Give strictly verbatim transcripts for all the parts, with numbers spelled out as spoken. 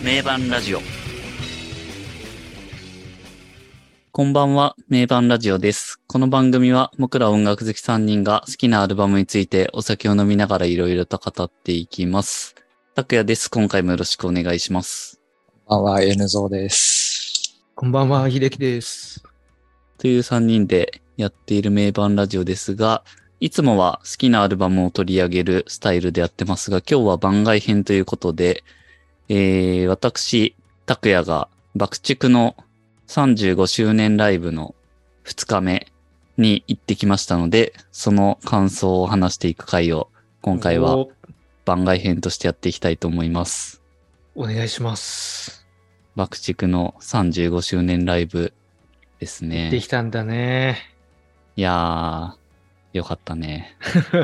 名盤ラジオ。こんばんは、名盤ラジオです。この番組は僕ら音楽好きさんにんが好きなアルバムについてお酒を飲みながらいろいろと語っていきます。拓也です。今回もよろしくお願いします。 こんばんは、N ゾーです。 こんばんは、秀樹です。 というさんにんでやっている名盤ラジオですが、いつもは好きなアルバムを取り上げるスタイルでやってますが、今日は番外編ということで、えー、私、拓也が爆竹のさんじゅうごしゅうねんライブのふつかめに行ってきましたので、その感想を話していく回を今回は番外編としてやっていきたいと思います。 お願いします。 爆竹のさんじゅうごしゅうねんライブですね。 できたんだね。 いやー、よかったね。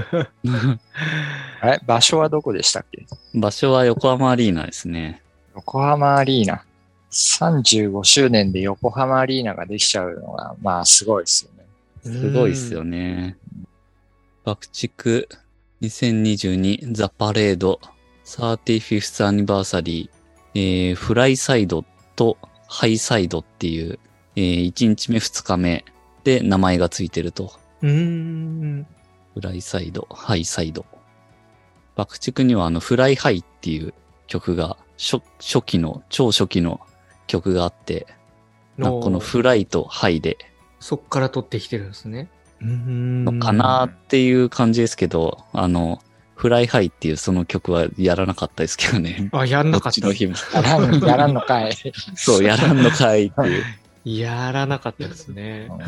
あれ場所はどこでしたっけ？ 場所は横浜アリーナですね。 横浜アリーナ。さんじゅうごしゅうねんで横浜アリーナができちゃうのが、まあすごいですよね。 すごいですよね。爆竹にせんにじゅうにザ・パレードさんじゅうごフィフスアニバーサリー、えー、フライサイドとハイサイドっていう、えー、いちにちめふつかめで名前がついてると。 うーん。 フライサイド、ハイサイド。爆竹にはあのフライハイっていう曲が初、初期の、超初期の曲があって、なんかこのフライとハイで、 そっから取ってきてるんですね。うーん。 のかなっていう感じですけど、あの、フライハイっていうその曲はやらなかったですけどね。 あ、やんなかった。 どっちの日も。 やらん、やらんのかい。 そう、やらんのかいっていう。 やらなかったですね。 うん。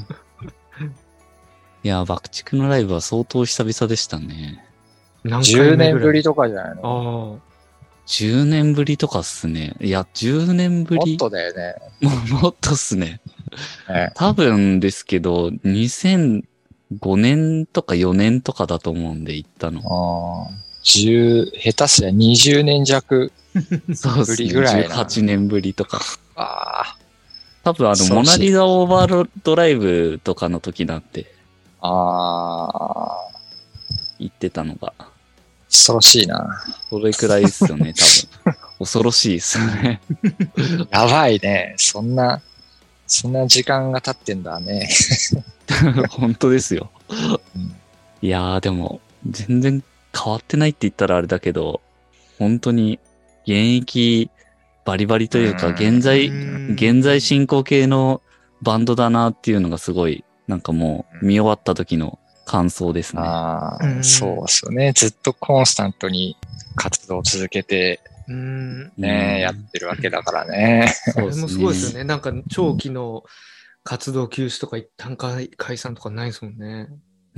いや、爆竹のライブは相当久々でしたね。 じゅうねんぶりとかじゃないの？ ああ。 じゅうねんぶりとかっすね。いや、じゅうねんぶり。 もっとだよね。 もうもっとっすね。 ね多分ですけど、にせんごねんとかよねんとかだと思うんで行ったの。 ああ、じゅう、下手すりゃにじゅうねん弱そうっすね。 ぶりぐらいな。 じゅうはちねんぶりとか。 ああ。 多分あの、モナリザオーバードライブとかの時なんて。 ああ。 行ってたのが。 恐ろしいな。 それくらいですよね、多分。恐ろしいですよね。 やばいね。そんな、そんな時間が経ってんだね。 本当ですよ。 うん、 いやーでも、全然変わってないって言ったらあれだけど、本当に現役バリバリというか、現在、現在進行形のバンドだなっていうのがすごい、なんかもう見終わった時の感想ですね。 ああ、そうですよね。ずっとコンスタントに活動を続けて、 うんね、やってるわけだからね。 それもすごいですよね。なんか長期の活動休止とか一旦解散とかないですもんね。 うん。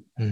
うん。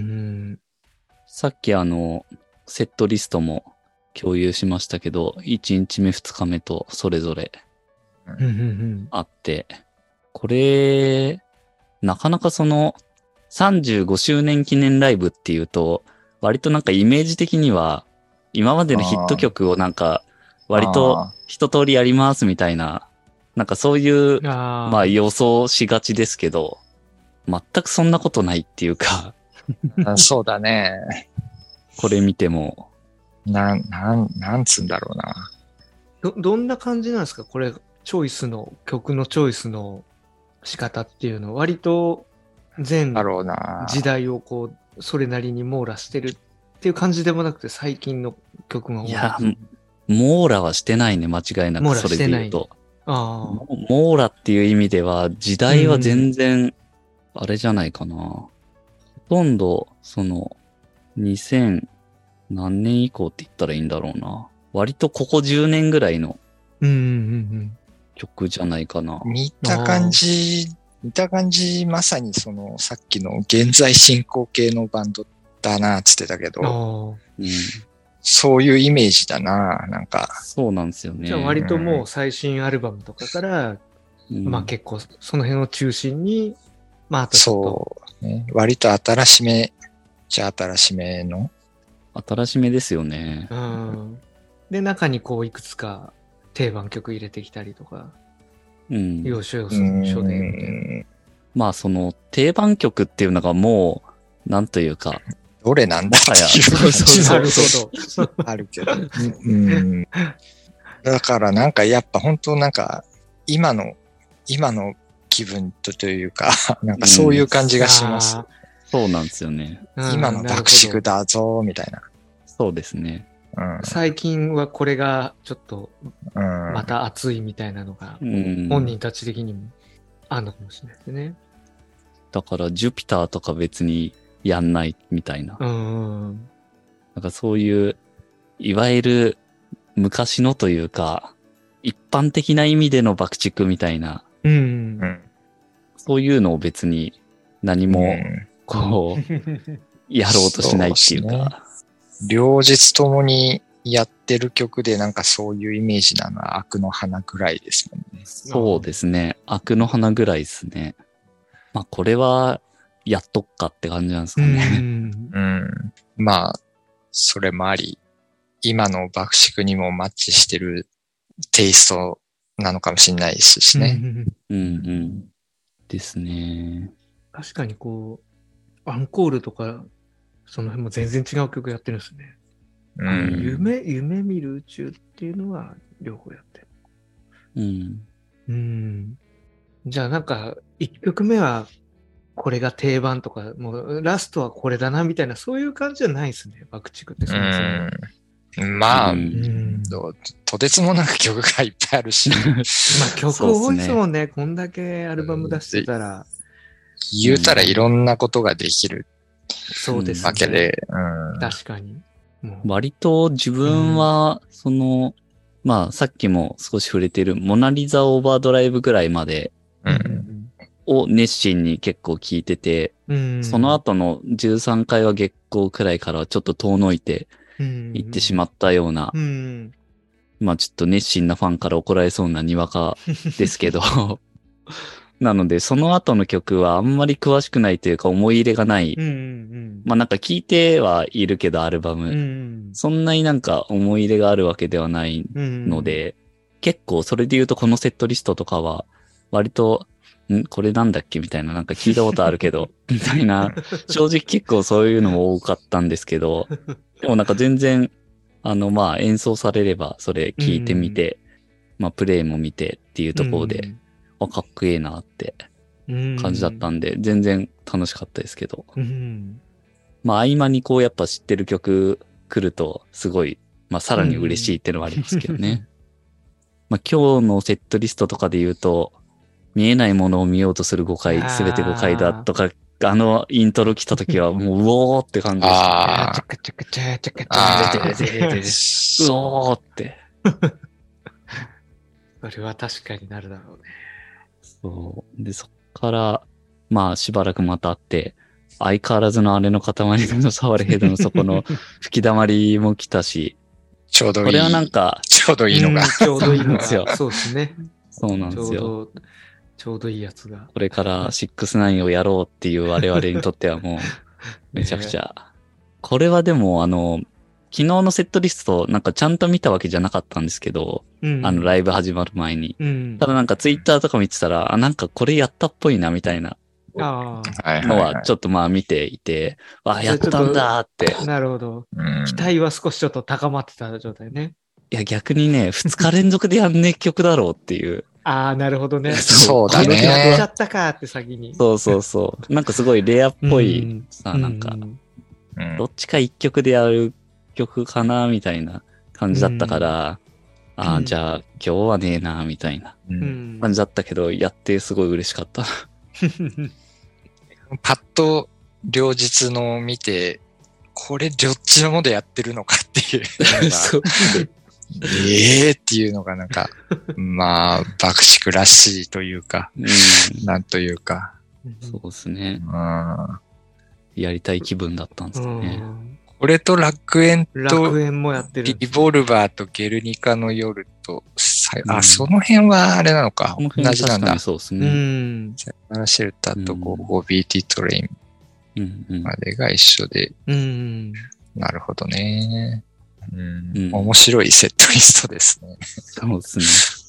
さっきあの、セットリストも共有しましたけど、いちにちめふつかめとそれぞれあって、これ、なかなかその、さんじゅうごしゅうねん記念ライブっていうと、割となんかイメージ的には、今までのヒット曲をなんか、割と一通りやりますみたいな、なんかそういう、あまあ予想しがちですけど、全くそんなことないっていうかそうだね。 これ見ても。 なん、なん、なんつうんだろうな。 ど、どんな感じなんですかこれ、チョイスの、曲のチョイスの仕方っていうのは、割と全時代をこう、それなりに網羅してるっていう感じでもなくて、最近の曲が多い。 いや、網羅はしてないね、間違いなく。それで言うと。 ああ。 網羅っていう意味では、時代は全然、あれじゃないかな。ほとんど、その、にせん何年以降って言ったらいいんだろうな。割とここじゅうねんぐらいの曲じゃないかな。 見た感じ、見た感じ、まさにその、さっきの現在進行形のバンドだな、つってたけど、うん、そういうイメージだな、なんか。 そうなんですよね。 じゃあ割ともう最新アルバムとかから、うん、まあ結構その辺を中心に、まああとちょっと。 そう、ね。割と新しめ、じゃあ新しめの新しめですよね。 うん。で、中にこういくつか定番曲入れてきたりとか。うん。要所要所でみたいな。 まあその定番曲っていうのがもう、なんというか。 どれなんだっていうそうそうそう。 あるけど。うん。 だからなんかやっぱ本当なんか今の、今の気分とというか、なんかそういう感じがします。うん、 そうなんですよね。 今の爆竹だぞ、みたいな。 そうですね。 うん、最近はこれがちょっとまた熱いみたいなのが本人たち的にもあるのかもしれないですね。 だからジュピターとか別にやんないみたいな。うん、なんかそういういわゆる昔のというか一般的な意味での爆竹みたいな、うん、そういうのを別に何もこう、うん、やろうとしないっていうか。 両日ともにやってる曲でなんかそういうイメージなのは悪の花ぐらいですもんね。 そうですね。悪の花ぐらいですね。まあこれはやっとっかって感じなんですかね。うん、 うん。まあ、それもあり、今の爆竹にもマッチしてるテイストなのかもしれないですしね。 うんうん。ですね。 確かにこう、アンコールとか、その辺も全然違う曲やってるんですね。うん、夢、夢見る宇宙っていうのは両方やってる。うん。うん。じゃあなんか、一曲目はこれが定番とか、もうラストはこれだなみたいな、そういう感じじゃないですね、爆竹ってそもそも。 うん。まあ、うん、とてつもなく曲がいっぱいあるし。まあ曲多いですもんね。こんだけアルバム出してたら。 言うたらいろんなことができる。そうですね。わけで。 うん、確かに。 割と自分は、その、うん、まあさっきも少し触れてるモナリザオーバードライブぐらいまでを熱心に結構聞いてて、うん、その後のじゅうさんかいは月光くらいからはちょっと遠のいていってしまったような、うん、まあちょっと熱心なファンから怒られそうなにわかですけど、なので、その後の曲はあんまり詳しくないというか思い入れがない。うんうんうん、まあなんか聴いてはいるけど、アルバム、うんうん。そんなになんか思い入れがあるわけではないので、うんうん、結構それで言うとこのセットリストとかは、割と、んこれなんだっけみたいな、なんか聞いたことあるけど、みたいな、正直結構そういうのも多かったんですけど、でもなんか全然、あのまあ演奏されればそれ聞いてみて、うん、まあプレイも見てっていうところで、うんあ、かっこいいなって感じだったんで、ん全然楽しかったですけど。うんまあ合間にこうやっぱ知ってる曲来るとすごい、まあさらに嬉しいっていうのはありますけどね。まあ今日のセットリストとかで言うと、見えないものを見ようとするごかい、すべてごかいだとか、あのイントロ来た時はもううおーって感じでしたね。あー、チャカチャカチャチャカチャうおーって。 それは確かになるだろうね。 そう。で、そっから、まあ、しばらくまた会って、相変わらずのあれの塊の触れヘッドのそこの吹き溜まりも来たし、 ちょうどいい。 これはなんか、 ちょうどいいのが。 ちょうどいいのですよ。そうですね。 そうなんですよ。 ちょうど、ちょうどいいやつが。 これからろくじゅうきゅうをやろうっていう我々にとってはもう、めちゃくちゃ。これはでも、あの、昨日のセットリストなんかちゃんと見たわけじゃなかったんですけど、うん、あのライブ始まる前に、うん、ただなんかツイッターとか見てたら、あ、なんかこれやったっぽいなみたいなのはちょっとまあ見ていて、あ、やったんだって。 なるほど。期待は少しちょっと高まってた状態ね。 いや逆にね、二日連続でやんねえ曲だろうっていう。 ああ、なるほどね。 そうだね。 やっちゃったかって先に。 そうそうそう。なんかすごいレアっぽいさ、うん、なんか、うん、どっちか一曲でやる曲かなみたいな感じだったから、うん、ああ、じゃあ今日はねえなみたいな感じだったけど、やってすごい嬉しかった。 パッと両日の見て、これどっちのもでやってるのかっていうそうええっていうのがなんか、まあ、爆竹らしいというか、うん、なんというか。 そうですね、うん。やりたい気分だったんですかね。 これと楽園と、 楽園もやってる。 リボルバーとゲルニカの夜と、あ、うん、その辺はあれなのか。同じなんだ。 そうですね。うん。 サイバーシェルターとゴーゴービーティートレインまでが一緒で。うん。なるほどね。うんうん、面白いセットリストですね。 そうですね。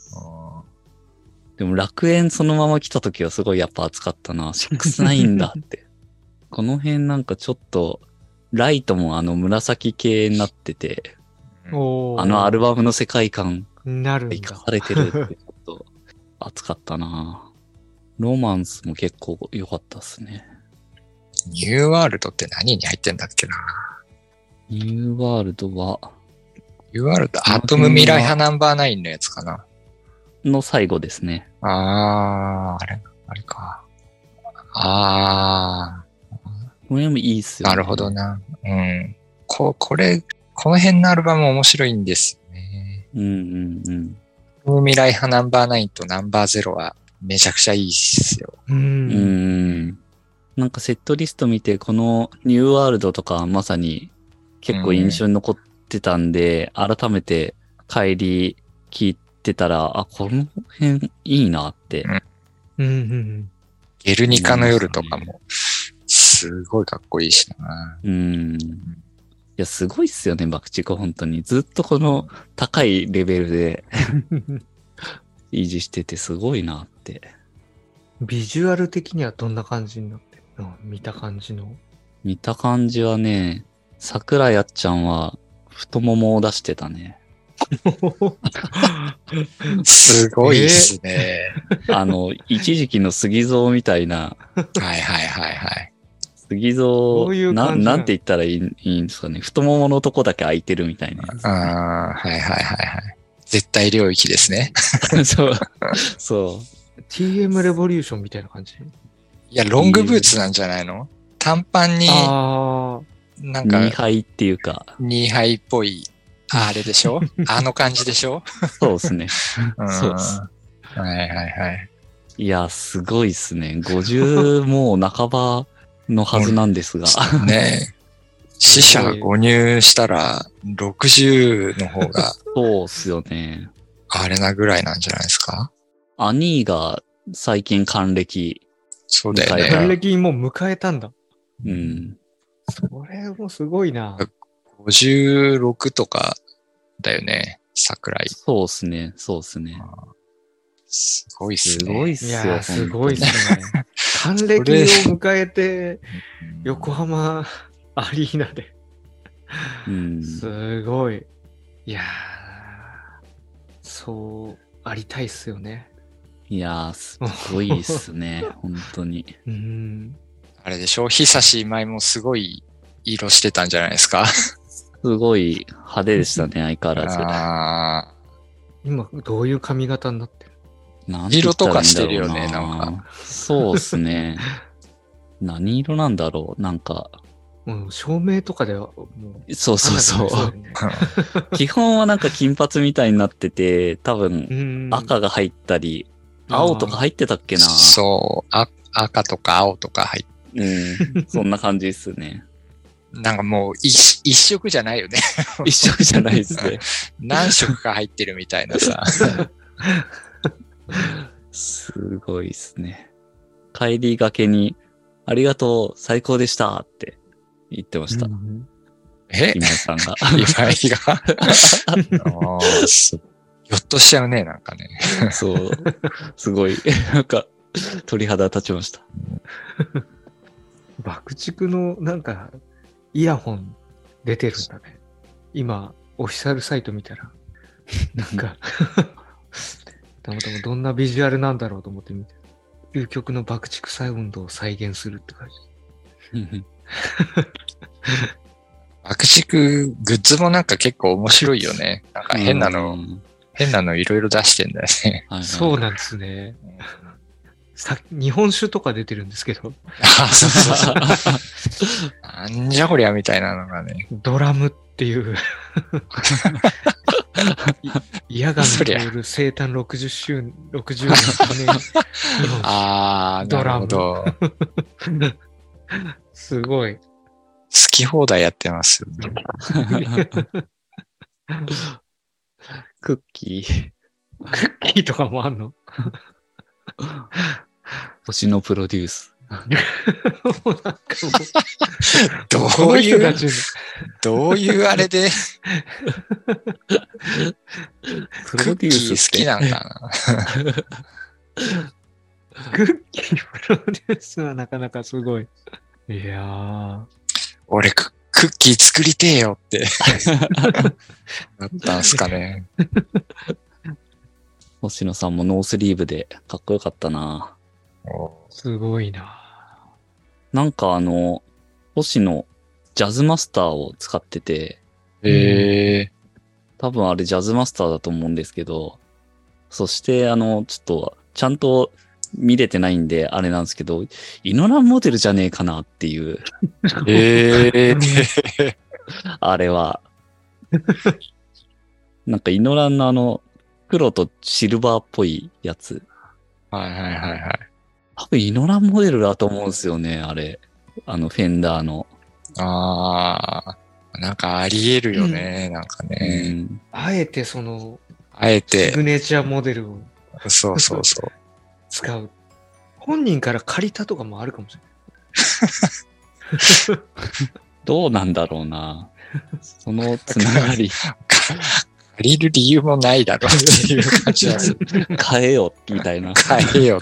でも楽園そのまま来た時はすごいやっぱ熱かったな。ろくじゅうきゅうだって。この辺なんかちょっと、ライトもあの紫系になってて、あのアルバムの世界観なるんだ。 生かされてるってちょっと熱かったな。ロマンスも結構良かったっすね。 ニューワールドって何に入ってんだっけな。 ニューワールドは、 ニューワールド、アトム未来派ナンバーナインのやつかな。 の最後ですね。 あー、あれ、あれか。あー。これもいいっすよね。なるほどな。うん。こ、これ、この辺のアルバム面白いんですよね。 うんうんうん。 アトム未来派ナンバーナインとナンバーゼロはめちゃくちゃいいっすよ。 うん。うんなんかセットリスト見て、このニューワールドとかまさに結構印象に残ってたんで、うん、改めて帰り聞いてたら、あ、この辺いいなって。 うんうんうん、 ゲルニカの夜とかも、すごいかっこいいしな。 うん。いや、すごいっすよね、爆竹本当に。ずっとこの高いレベルで維持しててすごいなって。 ビジュアル的にはどんな感じになってるの？見た感じの。 見た感じはね、桜やっちゃんは太ももを出してたね。 すごいっすね。 あの、一時期の杉蔵みたいな。 はいはいはいはい。 杉蔵、な、なんて言ったらいい、いいんですかね。太もものとこだけ空いてるみたいな。 ああ、はいはいはいはい。絶対領域ですね。 そう。そう。 ティーエム レボリューションみたいな感じ？ いや、ロングブーツなんじゃないの？短パンに、 なんか、ニーハイっていうか。 ニーハイっぽい、あれでしょ？あの感じでしょ？ そうですね。そうです。 はいはいはい。 いや、すごいっすね。ごじゅうもう半ばのはずなんですが。 ねえ。死者誤入したら、ろくじゅうの方が。 そうっすよね。 あれなぐらいなんじゃないですか？ 兄が最近還暦。 そうだよね。 還暦もう迎えたんだ。 うん。 それもすごいな。 ごじゅうろくとかだよね、桜井。 そうっすね、そうっすね。 すごいっすね。 すごいっすよ。 いや、すごいっすね。還暦を迎えて、横浜アリーナで。 うん、 すごい。いやー、そうありたいっすよね。 いやー、すごいっすね。本当に。 うん。 あれでしょ？久し今井もすごい色してたんじゃないですか？ すごい派手でしたね、相変わらず。 あ今、どういう髪型になってる？ なんて色とかしてるよね、なんか。 そうっすね。何色なんだろう、なんか。 うん、照明とかではもう。そうそうそう。ね、基本はなんか金髪みたいになってて、多分赤が入ったり、青とか入ってたっけな。 そうあ、赤とか青とか入って。 うん、そんな感じですね。 なんかもう一一色じゃないよね。 一色じゃないですね。 何色か入ってるみたいなさ。 すごいですね。帰りがけに、ありがとう、最高でしたって言ってました。うん、 え今井さんが。 今井がひょっとしちゃうね、なんかね。 そう。すごい、なんか、鳥肌立ちました。 爆竹のなんかイヤホン出てるんだね。今オフィシャルサイト見たらなんかたまたまどんなビジュアルなんだろうと思って見て、究極の爆竹サウンドを再現するって感じ。 爆竹グッズもなんか結構面白いよね。なんか変なの変なのいろいろ出してんだよね。 はいはい、そうなんですね。さ日本酒とか出てるんですけど。 あ、そうそうそう。なんじゃこりゃみたいなのがね。 ドラムっていう。矢神による生誕ろくじゅっ周年、ろくじゅうねん記念のあー、 ドラム。 なるほど。 すごい。 好き放題やってますよね。 クッキー。 クッキーとかもあんの？ 星のプロデュース。 もうなんかもうどういう、どういうあれで、 プロデュース好きなんかな。 クッキープロデュースはなかなかすごい。いやー。 俺ク、クッキー作りてえよって。なったんすかね。 星野さんもノースリーブでかっこよかったな。 すごいな。 なんかあの、星野、ジャズマスターを使ってて、 へえ。 多分あれジャズマスターだと思うんですけど、そしてあの、ちょっと、ちゃんと見れてないんで、あれなんですけど、イノランモデルじゃねえかなっていう。 へえ。 あれは。なんかイノランのあの、黒とシルバーっぽいやつ。 はいはいはいはい。 多分イノランモデルだと思うんですよね、あれ。あの、フェンダーの。 ああ。なんかあり得るよね、うん、なんかね、うん。 あえてその、 あえて。 シグネチャーモデルを。 そうそうそう。 使う。本人から借りたとかもあるかもしれない。どうなんだろうな。そのつながり。 借りる理由もないだろうっていう感じです。 買えよ、みたいな。 買えよ。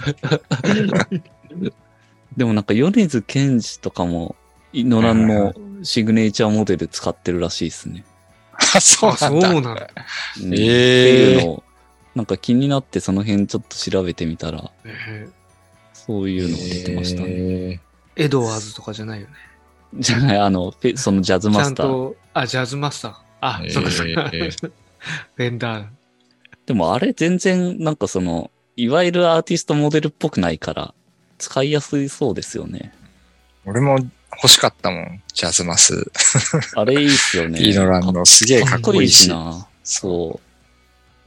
でもなんか米津玄師とかも、イノランのシグネチャーモデル使ってるらしいですね。 あ、そうなんだ。 そうなんだ。 うん、えー、っていうのを、なんか気になってその辺ちょっと調べてみたら、えー、そういうのが出てましたね。 えー、エドワーズとかじゃないよね。 じゃない、あの、そのジャズマスター。 ちゃんと、あ、ジャズマスター。あ、えー、そうかそうか。えー、フェンダー。 でもあれ全然なんかその、いわゆるアーティストモデルっぽくないから、使いやすいそうですよね。 俺も欲しかったもん、ジャズマス。 あれいいっすよね。 イノランのすげえかっこいいし。 かっこいいしな。そう。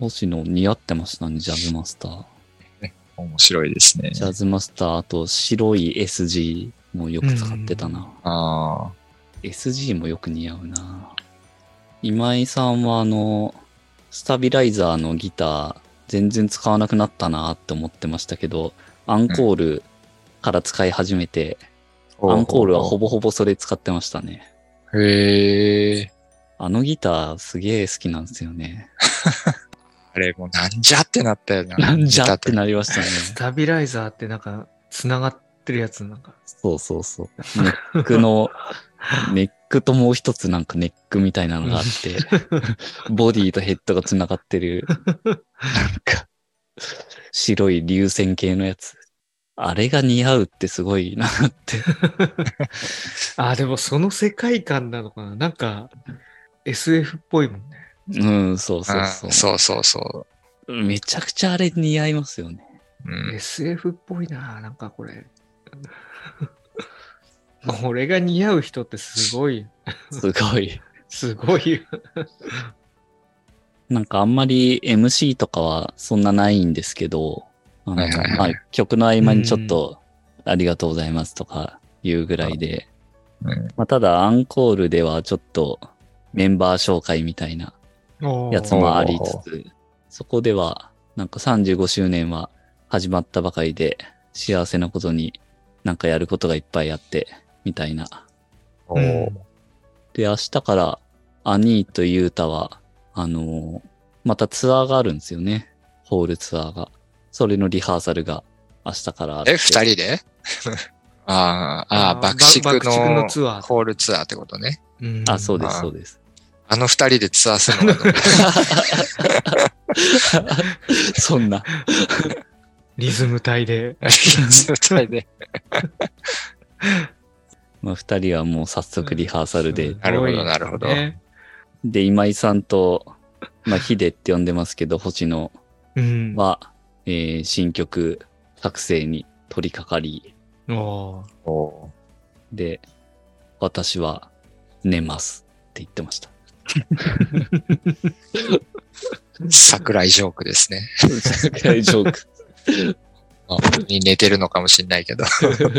星野似合ってましたね、ジャズマスター。 面白いですね。 ジャズマスター、あと白い エスジー もよく使ってたな。 ああ。 エスジー もよく似合うな。今井さんはあの、スタビライザーのギター全然使わなくなったなって思ってましたけど、アンコールから使い始めて、うん、アンコールはほぼほぼそれ使ってましたね。 へえ。 あのギターすげえ好きなんですよね。 あれもうなんじゃってなったよな。 なんじゃってなりましたね。 スタビライザーってなんか繋がってるやつなんか。 そうそうそう。ネックの、ネックともう一つなんかネックみたいなのがあって、ボディとヘッドが繋がってる、なんか、白い流線形のやつ。あれが似合うってすごいなって。 あ、でもその世界観なのかな。なんか、エスエフ っぽいもんね。 うん、そうそうそう。 そうそうそう。 めちゃくちゃあれ似合いますよね。 うん、エスエフ っぽいな、なんかこれ。これが似合う人ってすごい。 すごい。 すごい。 なんかあんまり エムシー とかはそんなないんですけど、あの、はいはいはい、まあ、曲の合間にちょっとありがとうございますとかいうぐらいで、うん、まあ、ただアンコールではちょっとメンバー紹介みたいなやつもありつつ、そこではなんかさんじゅうごしゅうねんは始まったばかりで幸せなことになんかやることがいっぱいあってみたいな。 おー、 で、明日からアニーとユータはあのー、またツアーがあるんですよね。ホールツアーが。それのリハーサルが明日からある。 え、二人でああ、ああ、爆竹のツアーホールツアーってことね。 うん、あ、そうです、そうです。 あの二人でツアーするのかそんな。 リズム隊で。 リズム隊で。 まあ二人はもう早速リハーサルで。 なるほど、なるほど。 で、今井さんと、まあ、ヒデって呼んでますけど、星野は、うんえー、新曲作成に取り掛かり、 おーで、私は寝ますって言ってました。 桜井ジョークですね。 桜井ジョーク。 本当に寝てるのかもしれないけど。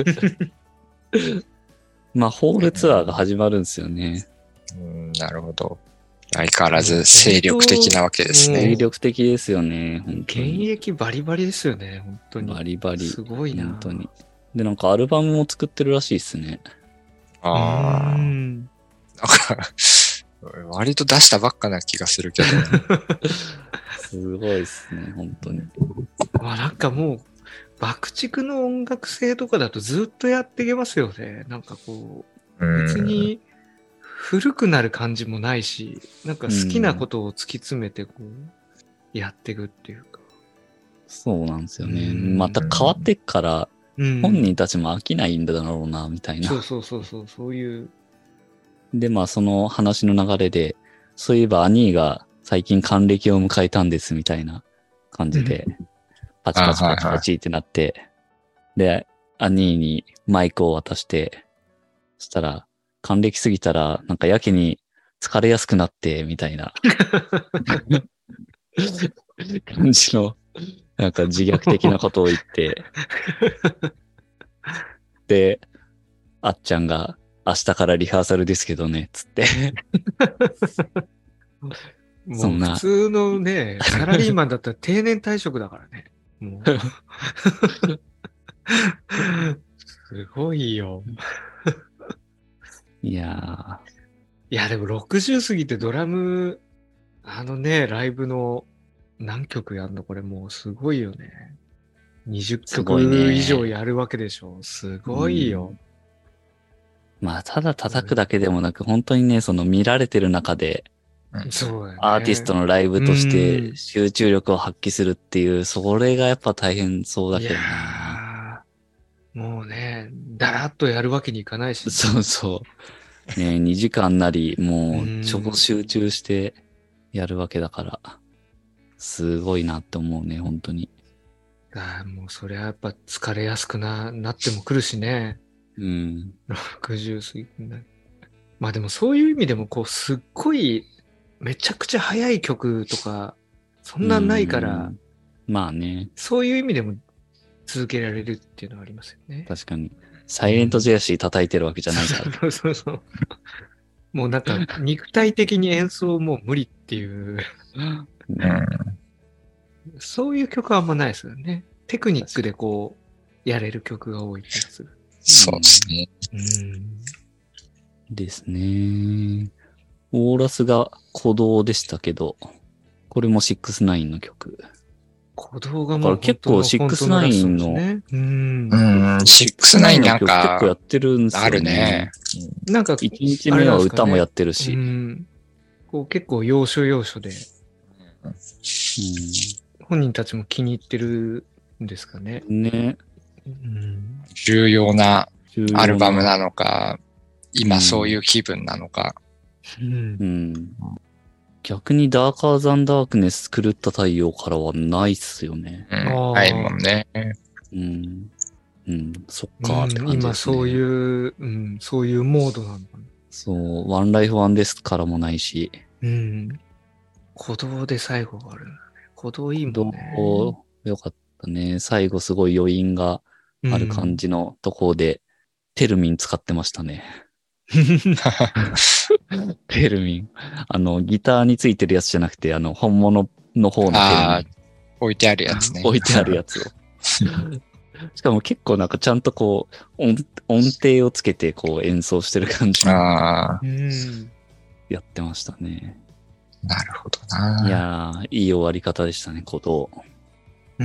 まあ、ホールツアーが始まるんですよね。 うん、なるほど。相変わらず精力的なわけですね。 精力的ですよね。本当に現役バリバリですよね、本当に。 バリバリ。 すごいな。 本当に。で、なんかアルバムも作ってるらしいですね。 ああ。なんか、割と出したばっかな気がするけど。 すごいですね、本当に。 まあなんかもう、爆竹の音楽性とかだとずっとやっていけますよね。なんかこう、別に、古くなる感じもないし、なんか好きなことを突き詰めてこう、やっていくっていうか。 そうなんですよね。また変わってっから、本人たちも飽きないんだろうな、みたいな。 そうそうそうそう、そういう。 で、まあその話の流れで、そういえば兄が最近還暦を迎えたんですみたいな感じで、パチパチパチパチってなって、で、兄にマイクを渡して、そしたら、還暦すぎたら、なんかやけに疲れやすくなって、みたいな感じの、なんか自虐的なことを言って、で、あっちゃんが、明日からリハーサルですけどね、つって。 もう普通のね、サラリーマンだったら定年退職だからね。もうすごいよ。 いやー。 いや、でもろくじゅう過ぎてドラム、あのね、ライブの何曲やんのこれもうすごいよね。にじゅっきょく以上やるわけでしょ。すごいよ。 うん、まあ、ただ叩くだけでもなく、本当にね、その見られてる中で、 そうだね、 アーティストのライブとして集中力を発揮するっていう、それがやっぱ大変そうだけどな。 もうね、だらっとやるわけにいかないし、ね。 そうそう。ね、にじかんなり、もう超集中してやるわけだから、すごいなって思うね、本当に。 ああ、もうそれはやっぱ疲れやすくな、なってもくるしね。 うん。 ろくじゅう過ぎてね。まあでもそういう意味でも、こう、すっごい、めちゃくちゃ速い曲とか、そんなんないから、 まあね。 そういう意味でも続けられるっていうのはありますよね。 確かに。サイレントジェラシー叩いてるわけじゃないから。 そうそうそう。もうなんか、肉体的に演奏もう無理っていう、 ね。 そういう曲はあんまないですよね。テクニックでこう、やれる曲が多い気がする。 そうですね。 うん。 ですね。オーラスが鼓動でしたけど、これもろくじゅうきゅうの曲。 鼓動がもう結構ろくじゅうきゅうの、 ね、うん。 うん、ろくじゅうきゅうなんか、 結構やってるんですよね。 あるね。 なんか、 いちにちめは歌もやってるし。 ね、うん、こう結構要所要所で、 うん、 本人たちも気に入ってるんですかね。 ね。 うん、 重要なアルバムなのか、今そういう気分なのか。 うんうん、逆にダーカーザンダークネス狂った太陽からはないっすよね。 うん、ないもんね。 うん。うん、そっかって感じですね。 今そういう、うん、そういうモードなのかな。 そう、ワンライフワンですからもないし。 うん。鼓動で最後があるんだね。鼓動いいもんね。 鼓動、よかったね。最後すごい余韻がある感じのところで、うん、テルミン使ってましたね。テルミン。あの、ギターについてるやつじゃなくて、あの、本物の方のテルミン。ああ、 置いてあるやつね。 置いてあるやつを。しかも結構なんかちゃんとこう、音、音程をつけてこう演奏してる感じ。 ああ。 やってましたね。 なるほどな。 いやー、いい終わり方でしたね、こと。 うん。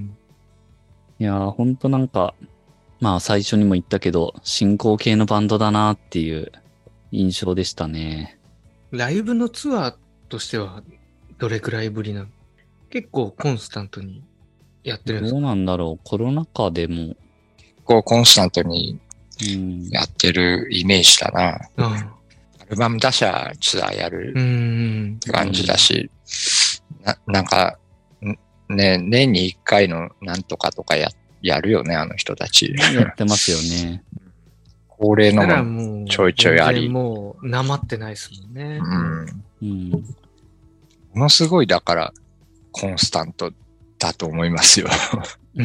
いやー、ほんとなんか、まあ最初にも言ったけど、進行系のバンドだなっていう印象でしたね。 ライブのツアーとしてはどれくらいぶりなの？結構コンスタントにやってるんですか？ どうなんだろう、コロナ禍でも。結構コンスタントにやってるイメージだな。うん、アルバム出しゃツアーやるって感じだし、な, なんか、ね、年に一回のなんとかとかややるよね、あの人たち。 やってますよね。 恒例のもちょいちょいあり。 もう、なまってないですもんね。 うん。うん、ものすごい、だから、コンスタントだと思いますよ。うん、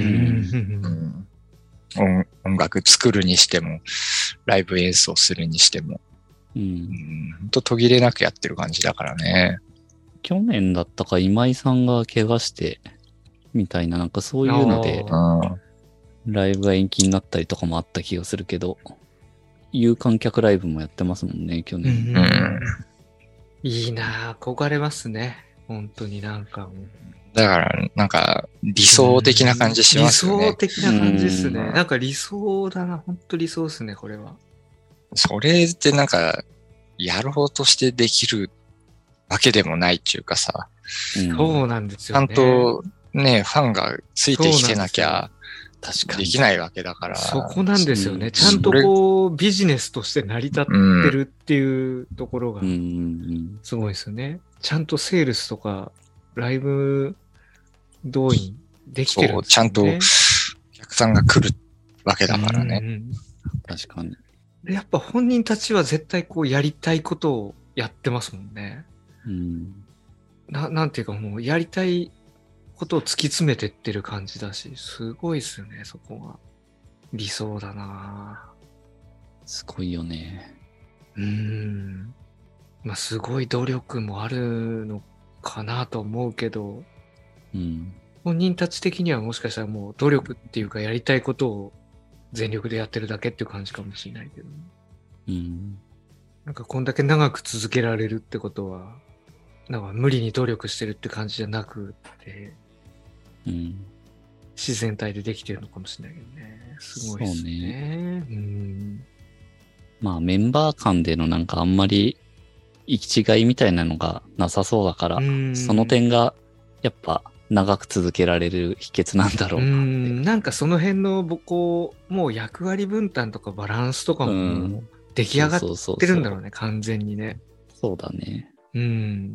音, 音楽作るにしても、ライブ演奏するにしても。うん。ほんと途切れなくやってる感じだからね。 去年だったか今井さんが怪我して、みたいな、なんかそういうので、ライブが延期になったりとかもあった気がするけど、有観客ライブもやってますもんね、去年。うんうん、いいなぁ、憧れますね。本当になんか。 だから、なんか、理想的な感じしますよね。 理想的な感じですね。なんか理想だな、本当理想ですね、これは。 それってなんか、やろうとしてできるわけでもないっていうかさ。 うん、そうなんですよね。ちゃんとね、ファンがついてきてなきゃ、 確かに。できないわけだから。 そこなんですよね。ちゃんとこう、ビジネスとして成り立ってるっていうところが、すごいですよね。ちゃんとセールスとか、ライブ動員できてるんですよね。そう、 ちゃんとお客さんが来るわけだからね。 うんうん、確かに。 やっぱ本人たちは絶対こうやりたいことをやってますもんね。 うん、 な, なんていうかもうやりたいことを突き詰めてってる感じだし、すごいですよね、そこが。理想だなぁ。 すごいよね。 うーん。まあすごい努力もあるのかなと思うけど、 うん、 本人たち的にはもしかしたらもう努力っていうかやりたいことを全力でやってるだけっていう感じかもしれないけど、 うん、 なんかこんだけ長く続けられるってことは、なんか無理に努力してるって感じじゃなくて、 うん、 自然体でできてるのかもしれないけどね。すごいですね。そうね。うん、 まあメンバー間でのなんかあんまり行き違いみたいなのがなさそうだから、その点がやっぱ長く続けられる秘訣なんだろうなって。うん、 なんかその辺のこう、もう役割分担とかバランスとかも出来上がってるんだろうね、完全にね。 そうだね。 うん。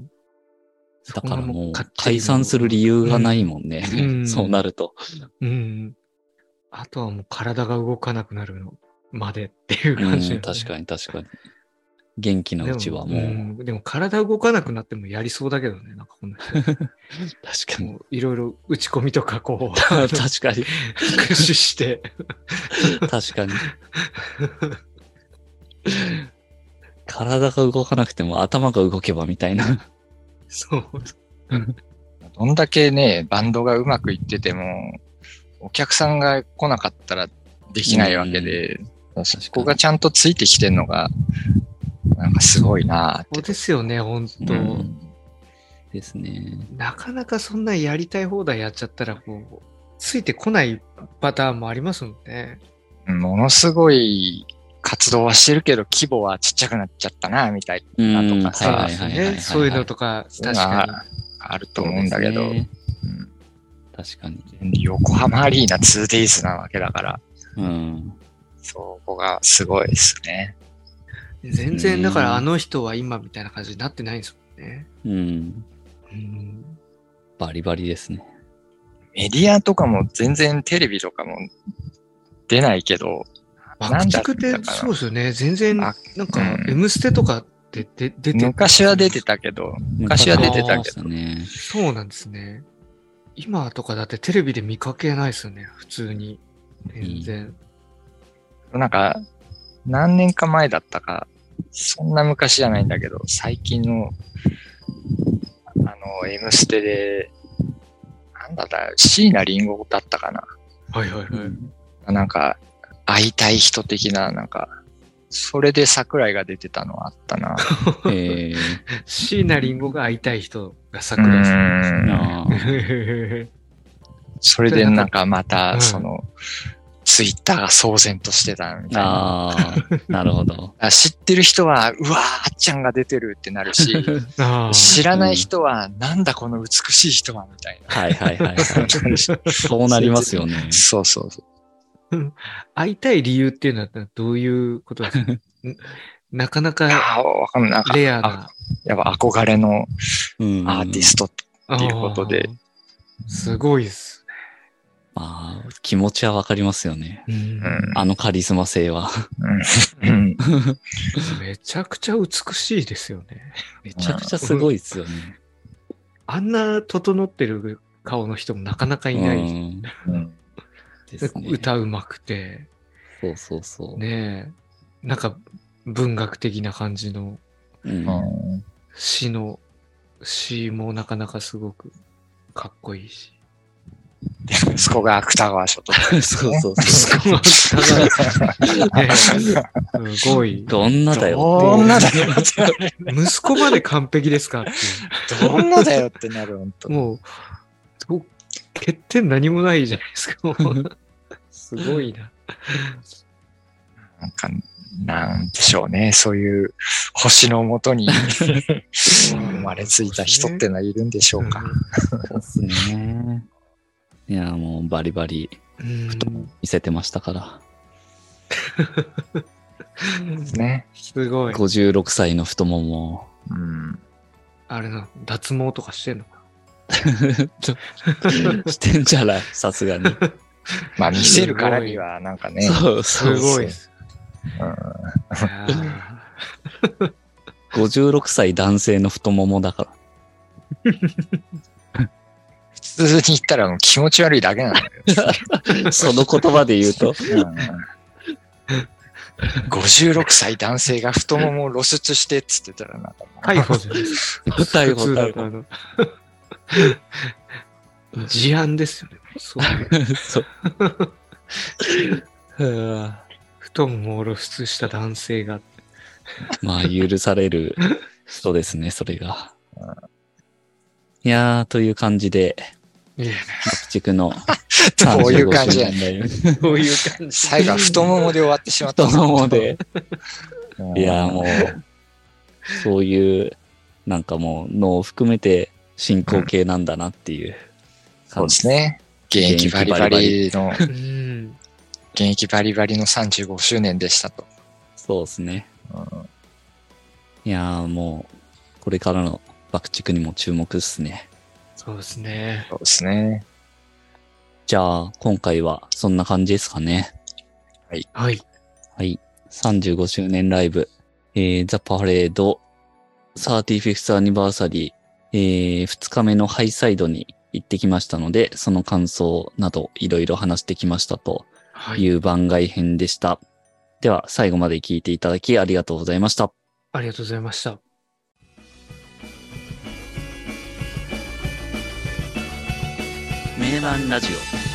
だからもう解散する理由がないもんね。うん、そうなると。 うん。あとはもう体が動かなくなるのまでっていう感じ、ね、 うん。確かに確かに。元気なうちはもう。 でも、うん、でも体動かなくなってもやりそうだけどね、なんかこの人。 確かに。 いろいろ打ち込みとかこう。 確かに。 駆使して。 確かに。体が動かなくても頭が動けばみたいな。 そう。 どんだけね、バンドがうまくいってても、お客さんが来なかったらできないわけで、うん、そこがちゃんとついてきてんのが、なんかすごいなぁって。 そうですよね、ほんと、うん。 ですね。 なかなかそんなやりたい放題やっちゃったら、こう、ついてこないパターンもありますもんね。 ものすごい活動はしてるけど、規模はちっちゃくなっちゃったな、みたいなとかさ。 そういうのとか、確かに。 あると思うんだけど。ね、 うん、確かに。 横浜アリーナ ツーデイズ なわけだから。 うん。 そこがすごいですね。 全然、だからあの人は今みたいな感じになってないんですもんね。 うん。うん、バリバリですね。 メディアとかも全然テレビとかも出ないけど、 爆竹ってそうですよね。全然、なんか、M ステとかって出てた。 昔は出てたけど、昔は出てたけど。 ね、そうなんですね。今とかだってテレビで見かけないですよね、普通に。全然。 うん、なんか、何年か前だったか、そんな昔じゃないんだけど、最近の、あの、M ステで、なんだった、椎名林檎だったかな。 はいはいはい。うん、 なんか、会いたい人的な、なんか、それで桜井が出てたのはあったな。 えー、椎名林檎が会いたい人が桜井さんです。 それでなんかまた、その、ツイッターが騒然としてたみたいな。 ああ、なるほど。 知ってる人は、うわー、あっちゃんが出てるってなるし、知らない人は、なんだこの美しい人はみたいな。 はいはいはい、はい。そうなりますよね。 そうそうそう。 会いたい理由っていうのはどういうことですか？なかなかレアな。 やっぱ憧れのアーティストっていうことで。 すごいですね。 まあ、気持ちはわかりますよね。うん、あのカリスマ性は。 うん、めちゃくちゃ美しいですよね。 めちゃくちゃすごいですよね。 あんな整ってる顔の人もなかなかいない。うんうんですね、歌うまくて。 そうそうそう。 ねえ。なんか文学的な感じの、うん、詩の、詩もなかなかすごくかっこいいし。 で、息子が芥川賞とか、 ね。そうそうそう。息子が芥川賞。すごい。 どんなだよ。 どんなだよ。 息子まで完璧ですかっていう。 どんなだよってなる、本当もう、欠点何もないじゃないですか。すごいな。 なんか、なんでしょうね。そういう星のもとに生まれついた人ってのはいるんでしょうか。 そうですね。 いや、もうバリバリ太もも見せてましたから。 ね。 すごい。 ごじゅうろくさいの太もも。 うん。 あれの、脱毛とかしてんのかなしてんじゃないさすがに。 まあ見せるからにはなんかね。 そうそうすごいです。 ごじゅうろくさい男性の太ももだから。 普通に言ったらもう気持ち悪いだけなんだよ。 その言葉で言うと。 ごじゅうろくさい男性が太ももを露出してっつってたらなんかもう。 逮捕じゃないですか。 逮捕逮捕。 事案ですよね。そう。 そう太ももを露出した男性が。 まあ許される人ですね、それが。いやー、という感じで、爆竹のどういう感じやねん。 どういう感じ。 最後は太ももで終わってしまった。 太ももで。いやーもう、そういう、なんかもう脳を含めて進行形なんだなっていう感じ。そうですね。現役バリバリの、現役バリバリのさんじゅうごしゅうねんでしたと。 そうですね。うん、いやーもう、これからの爆竹にも注目ですね。 そうですね。 そうですね。 じゃあ、今回はそんな感じですかね。 はい。 はい。 はい。さんじゅうごしゅうねんライブ、えー、ザ・パレード、サーティーフィフスアニバーサリー、えー、ふつかめのハイサイドに行ってきましたので、その感想などいろいろ話してきましたという番外編でした。はい、では、最後まで聞いていただきありがとうございました。 ありがとうございました。 名盤ラジオ